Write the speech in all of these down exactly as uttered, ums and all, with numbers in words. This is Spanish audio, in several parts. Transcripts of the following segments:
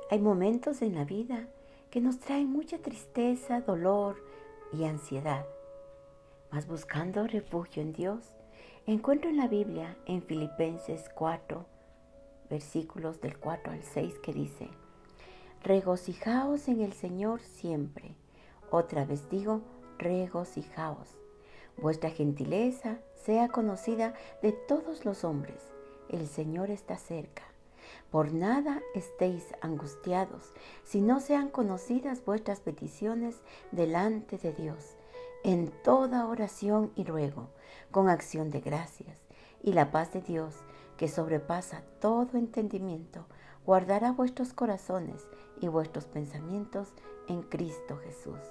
Hay momentos en la vida que nos traen mucha tristeza, dolor y ansiedad. Mas buscando refugio en Dios, encuentro en la Biblia, en Filipenses cuatro, versículos del cuatro al seis, que dice: regocijaos en el Señor siempre. Otra vez digo, regocijaos. Vuestra gentileza sea conocida de todos los hombres. El Señor está cerca. Por nada estéis angustiados, si no sean conocidas vuestras peticiones delante de Dios, en toda oración y ruego, con acción de gracias. Y la paz de Dios, que sobrepasa todo entendimiento, guardará vuestros corazones y vuestros pensamientos en Cristo Jesús.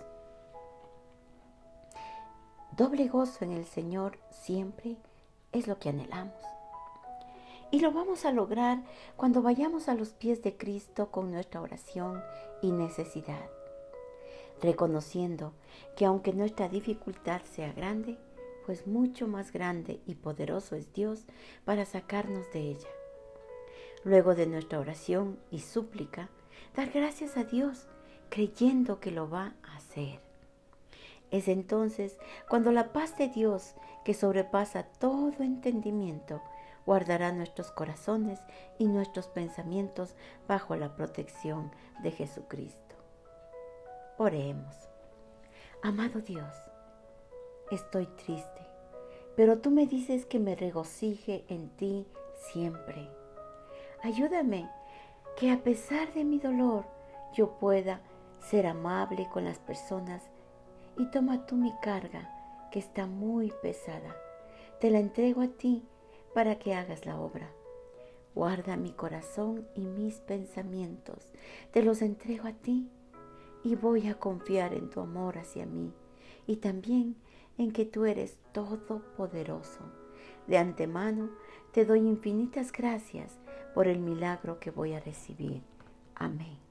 Doble gozo en el Señor siempre es lo que anhelamos. Y lo vamos a lograr cuando vayamos a los pies de Cristo con nuestra oración y necesidad, reconociendo que aunque nuestra dificultad sea grande, pues mucho más grande y poderoso es Dios para sacarnos de ella. Luego de nuestra oración y súplica, dar gracias a Dios, creyendo que lo va a hacer. Es entonces cuando la paz de Dios, que sobrepasa todo entendimiento, guardará nuestros corazones y nuestros pensamientos bajo la protección de Jesucristo. Oremos. Amado Dios, estoy triste, pero tú me dices que me regocije en ti siempre. Ayúdame que a pesar de mi dolor yo pueda ser amable con las personas, y toma tú mi carga, que está muy pesada. Te la entrego a ti para que hagas la obra. Guarda mi corazón y mis pensamientos. Te los entrego a ti y voy a confiar en tu amor hacia mí y también en que tú eres todopoderoso. De antemano te doy infinitas gracias por el milagro que voy a recibir. Amén.